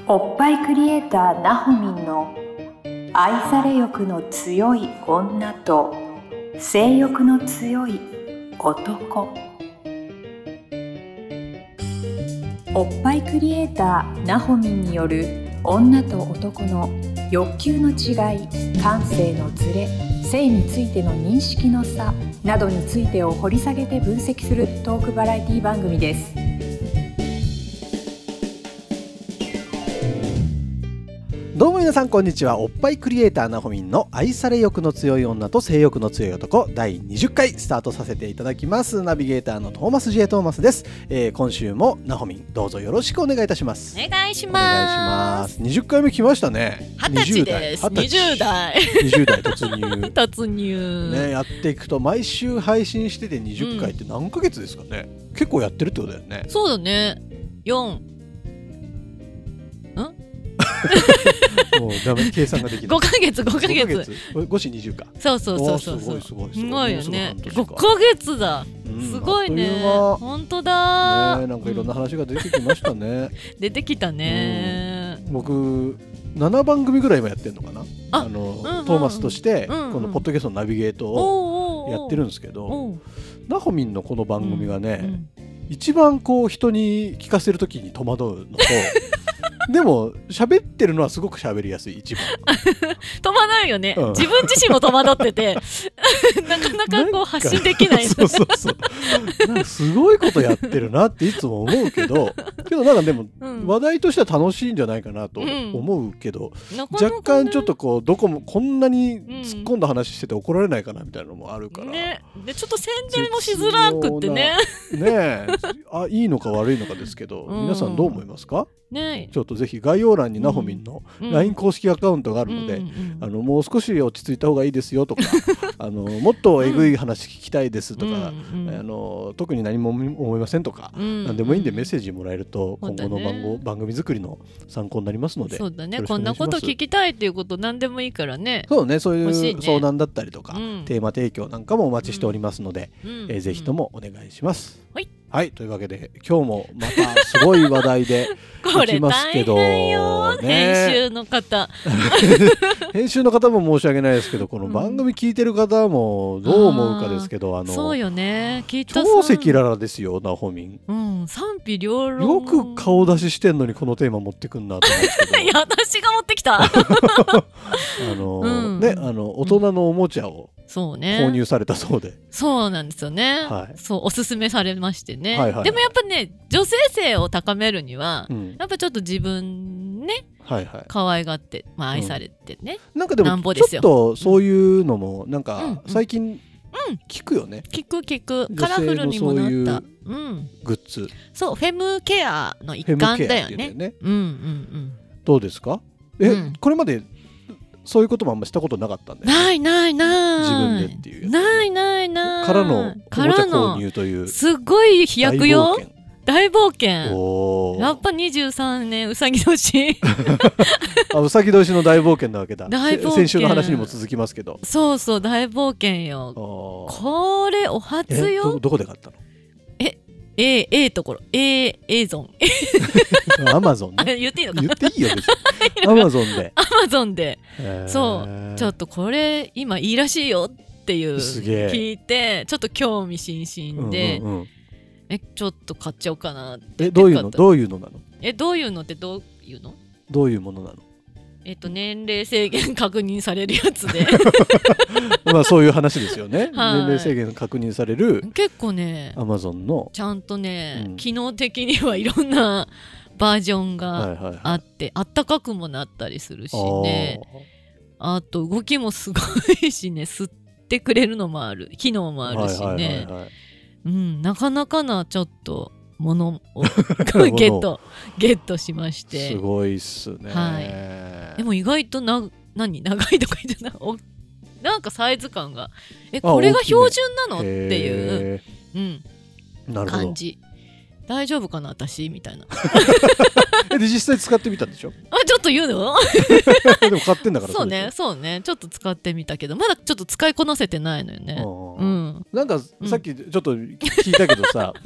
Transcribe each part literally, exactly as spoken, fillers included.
おっぱいクリエイターなほみんの愛され欲の強い女と性欲の強い男。おっぱいクリエイターなほみんによる女と男の欲求の違い、感性のズレ、性についての認識の差などについてを掘り下げて分析するトークバラエティ番組です。 どうも皆さんこんにちは。おっぱいクリエイターなほみんの愛され欲の強い女と性欲の強い男だいにじゅっかいスタートさせていただきます。ナビゲーターのトーマス J トーマスです。えー、今週もなほみんどうぞよろしくお願いいたします。 お願いします。 お願いします。にじゅっかいめ来ましたね。 はたちです。にじゅうだいにじゅうだい突入突入、 ね、やっていくと毎週配信しててにじゅっかいって何ヶ月ですかね、うん、結構やってるってことだよね。 そうだね。よんもうダメ、計算ができない。 ごかげつごかげつごしにじゅうか。 そうそうそうそう。 すごいすごいすごいよね。ごかげつだ、うん、すごいね。本当だね。なんかいろんな話が出てきましたね、うん、 出てきたね、うん、 僕ななばんぐみぐらい今やってるのかな。ああの、うんうん、トーマスとしてこのポッドキャストのナビゲートをやってるんですけど、なほみんのこの番組がね、うんうん、一番こう人に聞かせるときに戸惑うのとでも喋ってるのはすごく喋りやすい。一番戸惑うよね、うん、自分自身も戸惑っててなかなかこう発信できない。 そうそうそうなんかすごいことやってるなっていつも思うけどけどなんかでも、うん、話題としては楽しいんじゃないかなと思うけど、うん、若干ちょっとこうどこもこんなに突っ込んだ話してて怒られないかなみたいなのもあるから、 ね、でちょっと宣伝もしづらくってねねあいいのか悪いのかですけど、うん、皆さんどう思いますかね、 ちょっとぜひ概要欄になほみんの ライン 公式アカウントがあるので、うんうん、あのもう少し落ち着いた方がいいですよとかあのもっとえぐい話聞きたいですとか、うんうん、あの特に何も思いませんとか、うん、何でもいいんでメッセージもらえると今後の番号、ね、番組作りの参考になりますので。 そうだね。こんなこと聞きたいっていうこと何でもいいからね。 そうね、そういう相談だったりとか、ね、テーマ提供なんかもお待ちしておりますので、うんえー、ぜひともお願いします、うん、はいはい、というわけで今日もまたすごい話題でいきますけどこれ大変よ、ね、編集の方編集の方も申し訳ないですけど、この番組聞いてる方もどう思うかですけど、うん、あのそうよね、きっと超赤裸々ですよなほみん、 うん、賛否両論。 よく顔出ししてんのにこのテーマ持ってくんなと思うんですけどいや私が持ってきたあの、うんね、あの大人のおもちゃをそうね、購入されたそうで。 そうなんですよね、はい、そうおすすめされましてね、はいはいはい、でもやっぱね女性性を高めるには、うん、やっぱちょっと自分ね、はいはい、可愛がって、まあ、愛されてね、 うん、なんかでもちょっとそういうのもなんか最近聞くよね、 うん、聞く聞くカラフルにもなった、 うん、グッズ。 そうフェムケアの一環だよね。ね、うんうんうん、 どうですかえ、うん、これまでそういうこともあんましたことなかったんだよね。 ないないない自分でっていうやつ、 ないないないからのおもちゃ購入というすごい飛躍よ、大冒険。おやっぱにじゅうさんねんうさぎ年あうさぎ年の大冒険なわけだ。大冒険、先週の話にも続きますけど、 そうそう大冒険よ。これお初よ。 ど, どこで買ったの。 えええところ A エゾンアマゾンね。 言っていいのか言っていいよ別にアマゾンでアマゾンでそうちょっとこれ今いいらしいよっていう聞いてちょっと興味津々で、うんうんうん、えちょっと買っちゃおうかなって。 えどういうのどういうのなの。 えどういうのってどういうのどういうものなの。 えっと年齢制限確認されるやつでまあそういう話ですよね、はい、年齢制限確認される結構ねアマゾンのちゃんとね、うん、機能的にはいろんなバージョンがあって、はいはいはい、あったかくもなったりするしね、 あ, あと動きもすごいしね吸ってくれるのもある機能もあるしね、はいはいはいはい、うん、なかなかなちょっとものをゲットゲットしまして。 すごいっすね、 はい、でも意外とな何長いとか言ってななんかサイズ感がえこれが標準なのっていう、うん、なるほど感じ。大丈夫かな私みたいなで実際使ってみたんでしょ。 あちょっと言うのでも買ってんだからそうねそうねちょっと使ってみたけどまだちょっと使いこなせてないのよね、うん、 なんかさっきちょっと聞いたけどさ、うん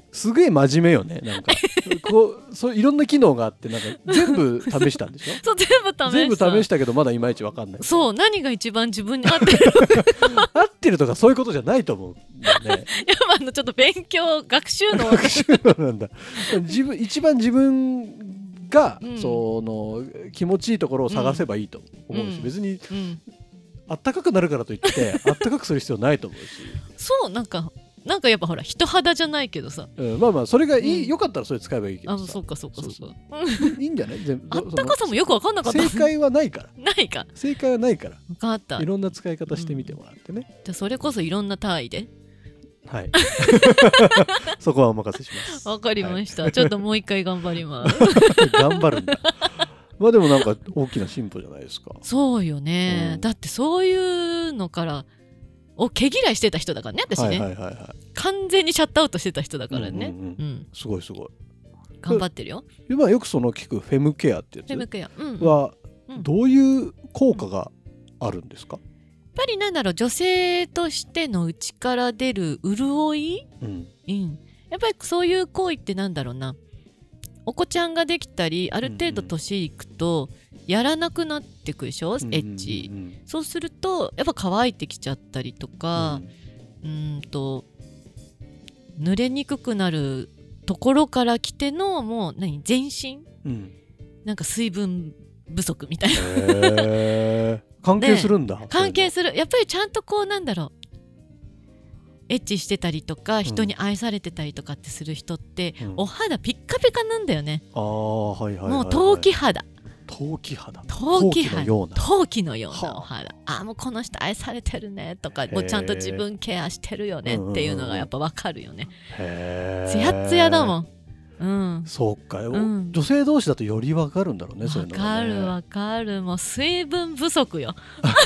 すげえ真面目よね。なんかこうそういろんな機能があってなんか全部試したんでしょそう全部試した全部試したけどまだいまいち分かんない。 そう何が一番自分に合ってる合ってるとかそういうことじゃないと思うんだよね。 やっぱあのちょっと勉強学習の学習能なんだ。自分一番自分が、うん、その気持ちいいところを探せばいいと思うし、うん、別に、うん、あったかくなるからといってあったかくする必要ないと思うしそうなんかなんかやっぱほら人肌じゃないけどさ、 うん、まあまあそれがいい、うん、よかったらそれ使えばいいけどさあそうかそうかそうかそういいんじゃない全部あったかさもよく分かんなかった。 正解はないからないか正解はないから分かった。 いろんな使い方してみてもらってね、 うん、じゃあそれこそいろんな単位ではいそこはお任せします。 わかりました、はい、ちょっともう一回頑張ります頑張るんだまあでもなんか大きな進歩じゃないですか。 そうよね、うん、だってそういうのからを毛嫌いしてた人だからね私ね、はいはいはいはい、完全にシャットアウトしてた人だからね、うんうんうんうん、 すごいすごい頑張ってるよ。 今よくその聞くフェムケアってやつフェムケア、うんうん、 はどういう効果があるんですか？ やっぱりなんだろう女性としての内から出る潤い、うんうん、やっぱりそういう行為ってなんだろうなお子ちゃんができたりある程度年いくとやらなくなってくでしょ、うんうんうん、エッチ、うんうん、そうするとやっぱ乾いてきちゃったりとか、うん、うんと濡れにくくなるところから来てのもう何全身、うん、なんか水分不足みたいなへ関係するんだ。 関係する。やっぱりちゃんとこうなんだろうエッチしてたりとか人に愛されてたりとかってする人って、うん、お肌ピッカピカなんだよね。 あ、はいはいはいはい、 もう陶器肌陶器肌陶器肌陶器のようなお肌。あもうこの人愛されてるねとかもうちゃんと自分ケアしてるよねっていうのがやっぱ分かるよね。へツヤツヤだもん。うん、 そうか、うん、女性同士だとより分かるんだろうね。そういうのがね。 分かる分かる。もう水分不足よ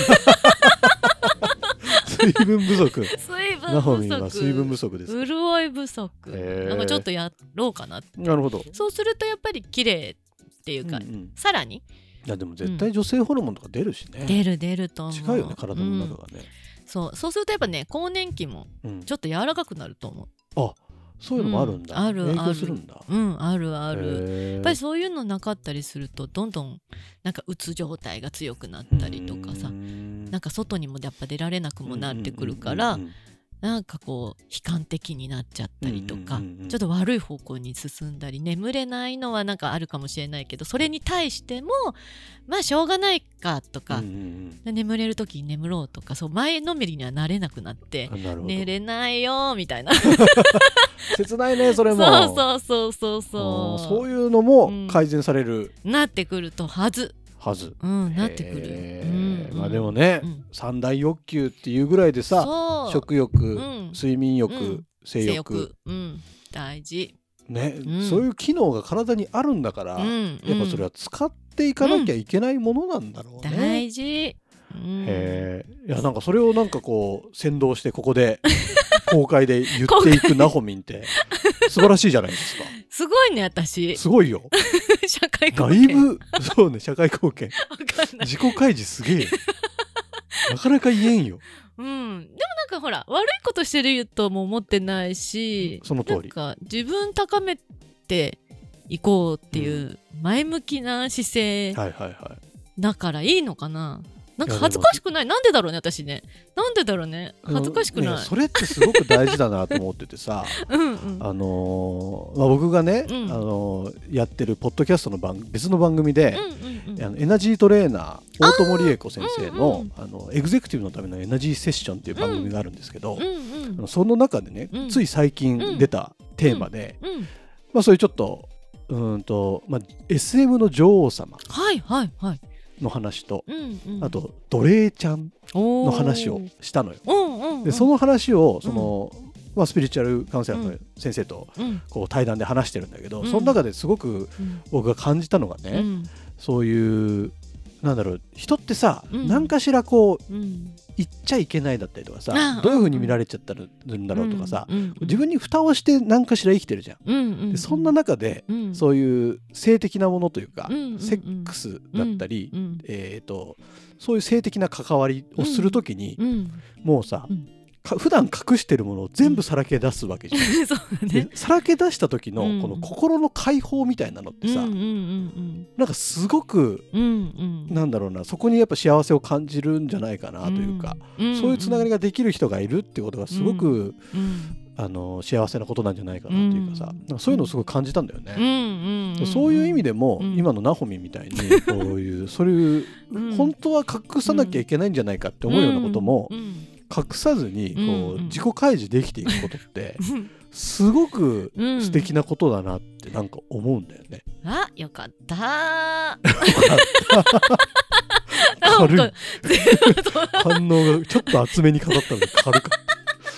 水分不足水分ナホミンは水分不足です。 潤い不足なんかちょっとやろうかなって。 なるほど。 そうするとやっぱり綺麗っていうか、うんうん、さらにいやでも絶対女性ホルモンとか出るしね、 うん、出る出ると思う。 違うよね体の中がね、うん、 そうそうするとやっぱね更年期もちょっと柔らかくなると思う、 うん、あそういうのもあるんだ、 うん、ある影響するんだ。 うんあるある。やっぱりそういうのなかったりするとどんどんなんかうつ状態が強くなったりとかさ、なんか外にもやっぱ出られなくもなってくるから、うんうんうんうん、なんかこう悲観的になっちゃったりとか、うんうんうんうん、ちょっと悪い方向に進んだり眠れないのはなんかあるかもしれないけどそれに対してもまあしょうがないかとか、うんうんうん、眠れる時に眠ろうとかそう前のめりにはなれなくなって寝れないよみたいな切ないねそれも。 そうそうそうそうそうそういうのも改善される、 うん、なってくるとはずはず、 うん、なってくる、うんうん、 まあでもね、うん、三大欲求っていうぐらいでさ食欲、うん、睡眠欲、うん、性欲、性欲、 うん、大事ね、うん、そういう機能が体にあるんだから、うん、やっぱそれは使っていかなきゃいけないものなんだろうね、うん、 大事、 うん、へいやなんかそれをなんかこう先導してここで公開で言っていくナホミンって素晴らしいじゃないですか。 すごいね私。 すごいよ社会貢献。 だいぶそうね社会貢献自己開示すげえなかなか言えんよ。 うん、でもなんかほら悪いことしてるとも思ってないし、 その通りなんか自分高めていこうっていう前向きな姿勢だからいいのかな。なんか恥ずかしくない。なんでだろうね私ね。なんでだろうね恥ずかしくない、 ね、それってすごく大事だなと思っててさうん、うん、あのーまあ、僕がね、うん、あのー、やってるポッドキャストの番別の番組で、うんうんうん、あのエナジートレーナー大友理恵子先生の、うんうん、あのエグゼクティブのためのエナジーセッションっていう番組があるんですけど、うんうんうん、その中でね、うん、つい最近出たテーマで、うんうんまあ、そういうちょっとうんと、まあ、エスエム の女王様はいはいはいの話と、うんうん、あと奴隷ちゃんの話をしたのよ、うんうんうん、でその話をその、うんまあ、スピリチュアルカウンセラーの先生とこう対談で話してるんだけど、うん、その中ですごく僕が感じたのがね、うん、そういうなんだろう人ってさ、うん、何かしらこう、うん、言っちゃいけないだったりとかさ、うん、どういう風に見られちゃったるんだろうとかさ、うん、自分に蓋をして何かしら生きてるじゃん、うん、でそんな中で、うん、そういう性的なものというか、うん、セックスだったり、うんえーと、そういう性的な関わりをするときに、うん、もうさ、うん、 普段隠してるものを全部さらけ出すわけじゃん、うん、そうだね、さらけ出した時のこの心の解放みたいなのってさ、うんうんうんうん、なんかすごく、うんうん、なんだろうな、そこにやっぱ幸せを感じるんじゃないかなというか、うんうんうん、そういうつながりができる人がいるっていうことがすごく、うんうん、あの幸せなことなんじゃないかなというかさ、なんかそういうのをすごい感じたんだよね、うんうんうん、そういう意味でも、うん、今のナホミみたいにこういうそういう本当は隠さなきゃいけないんじゃないかって思うようなことも、うんうん、隠さずにこう、うんうん、自己開示できていくことってすごく素敵なことだなってなんか思うんだよね、 うん、あ、よかった軽い反応がちょっと厚めに語ったので軽かった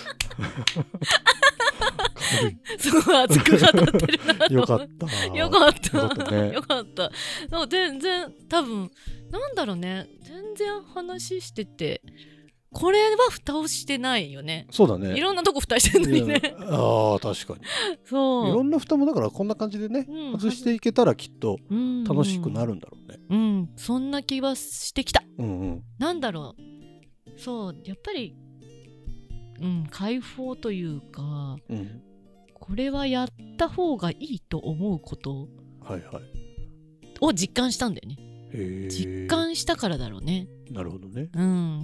軽いすごい熱く語ってるなよかったよかったよかった、ね、よかったなんか全然多分なんだろうね、全然話しててこれは蓋をしてないよね。 そうだね、 いろんなとこ蓋してるのにね。 ああ確かにそう、いろんな蓋もだからこんな感じでね、うん、外していけたらきっと楽しくなるんだろうね。 うん、うん、そんな気はしてきた、うんうん、なんだろう、そうやっぱり、うん、解放というか、うん、これはやった方がいいと思うこと、はいはい、を実感したんだよね。へ実感したからだろうね。 なるほどね、 うん、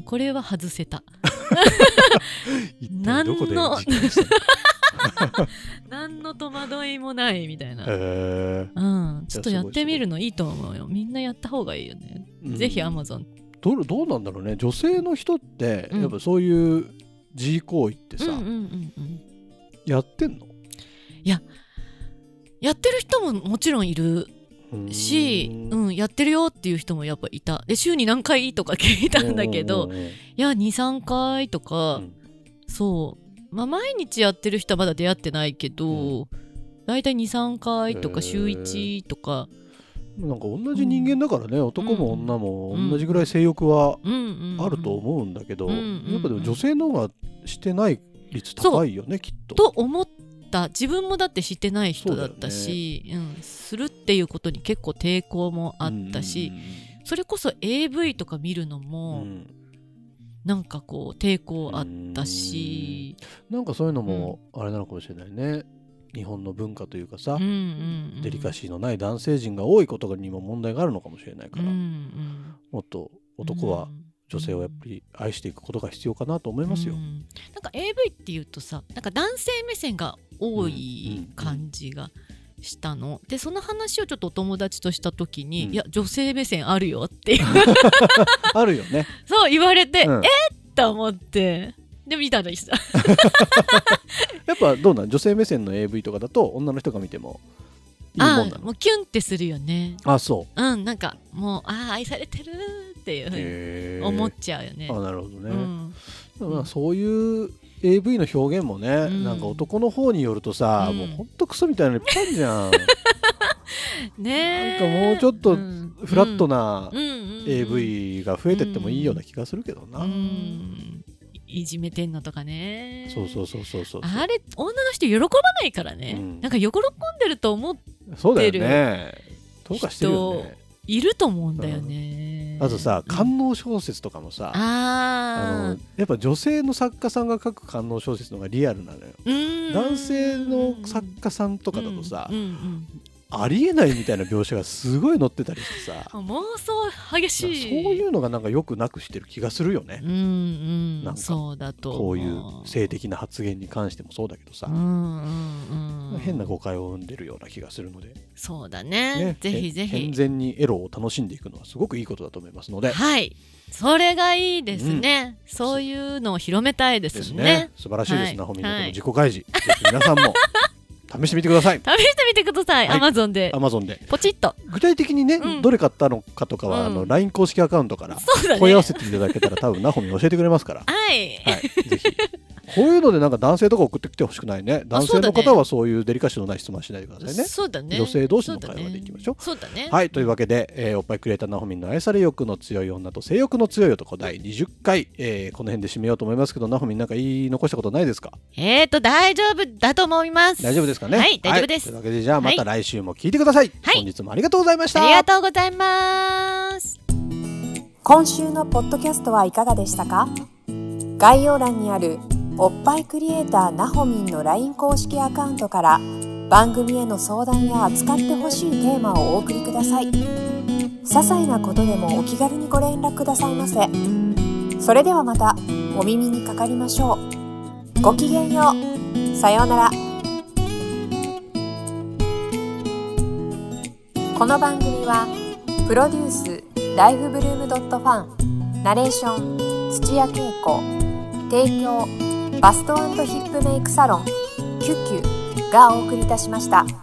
これは外せた一体どこで実感したの何の戸惑いもないみたいな、へうん、ちょっとやってみるのいいと思うよ。みんなやった方がいいよね、うん、ぜひ Amazon どう、どうなんだろうね、女性の人ってやっぱそういう自慰行為ってさ、うんうんうんうん、やってんの？ いや、やってる人ももちろんいるし、うん、やってるよっていう人もやっぱいた。で週に何回とか聞いたんだけど、いや にさんかいとか、うん、そうまあ毎日やってる人はまだ出会ってないけど、だいたい にさんかいとか週いちとか、 なんか同じ人間だからね、うん、男も女も同じぐらい性欲はあると思うんだけど、やっぱでも女性の方がしてない率高いよね、きっと。 と思って自分もだってしてない人だったし、う、ね、うん、するっていうことに結構抵抗もあったし、それこそ エーブイ とか見るのも、うん、なんかこう抵抗あったし、 んなんかそういうのもあれなのかもしれないね、うん、日本の文化というかさ、うんうんうん、デリカシーのない男性陣が多いことにも問題があるのかもしれないから、うんうん、もっと男は、うん女性をやっぱり愛していくことが必要かなと思いますよ、うん、 なんか エーブイ っていうとさ、なんか男性目線が多い感じがしたの、うんうんうん、でその話をちょっとお友達とした時に、うん、いや女性目線あるよっていうあるよねそう言われて、うん、えっと思ってで見たらいいしたやっぱどうなん、女性目線の エーブイ とかだと女の人が見てもいいもんなの？ あもうキュンってするよね。 あそううんなんかもうあ愛されてるっていうふうに思っちゃうよね。 あなるほどね、うん、でもそういう エーブイ の表現もね、うん、なんか男の方によるとさ、うん、もうほんとクソみたいなのいっぱいあるじゃんね、なんかもうちょっとフラットな エーブイ が増えてってもいいような気がするけどな、うんうん、 いじめてんのとかね。 そうそうそうそうそう、 あれ女の人喜ばないからね、うん、なんか喜んでると思ってるそうだよね、どうかしてるよね、 いると思うんだよね、 うん、あとさ官能小説とかもさ、うん、あのやっぱ女性の作家さんが書く官能小説の方がリアルなのよ。男性の作家さんとかだとさ、うんうんうんありえないみたいな描写がすごい載ってたりしてさ妄想激しい、そういうのがなんかよくなくしてる気がするよね。うんうん、 なんかそうだとこういう性的な発言に関してもそうだけどさ、うんうんうん、変な誤解を生んでるような気がするので、 そうだ ね, ねぜひぜひ健全にエロを楽しんでいくのはすごくいいことだと思いますので、 はいそれがいいですね、うん、そういうのを広めたいですね。ですね、 素晴らしいです、はい、ナホミンのこの自己開示、はい、ぜひ皆さんも試してみてください。 試してみてください。はい、Amazon で。 Amazon で。 ポチッと。 具体的にね、うん、どれ買ったのかとかは、うん、あの ライン 公式アカウントから問い合わせていただけたら、ね、多分ナホミン教えてくれますから。 はい。 はい。ぜひ。こういうのでなんか男性とか送ってきてほしくないね。男性の方はそういうデリカシーのない質問はしないでくださいね。 そうだね。 女性同士の会話でいきましょう。 そうだね。 はい。というわけで、えー、おっぱいクリエイターナホミンの愛され欲の強い女と性欲の強い男だいにじゅっかい、えー、この辺で締めようと思いますけど、ナホミンなんか言い残したことないですか？ えーと大丈夫だと思います。 大丈夫ですかね？ はい大丈夫です。 はい、というわけでじゃあまた来週も聞いてください。はい、本日もありがとうございました。 ありがとうございます。 今週のポッドキャストはいかがでしたか？概要欄にあるおっぱいクリエイターなほみんの ライン 公式アカウントから番組への相談や扱ってほしいテーマをお送りください。些細なことでもお気軽にご連絡くださいませ。それではまたお耳にかかりましょう。ごきげんよう。さようなら。この番組はプロデュースライフブルームドットファン、ナレーション土屋恵子、提供バスト&ヒップメイクサロンキュキュがお送りいたしました。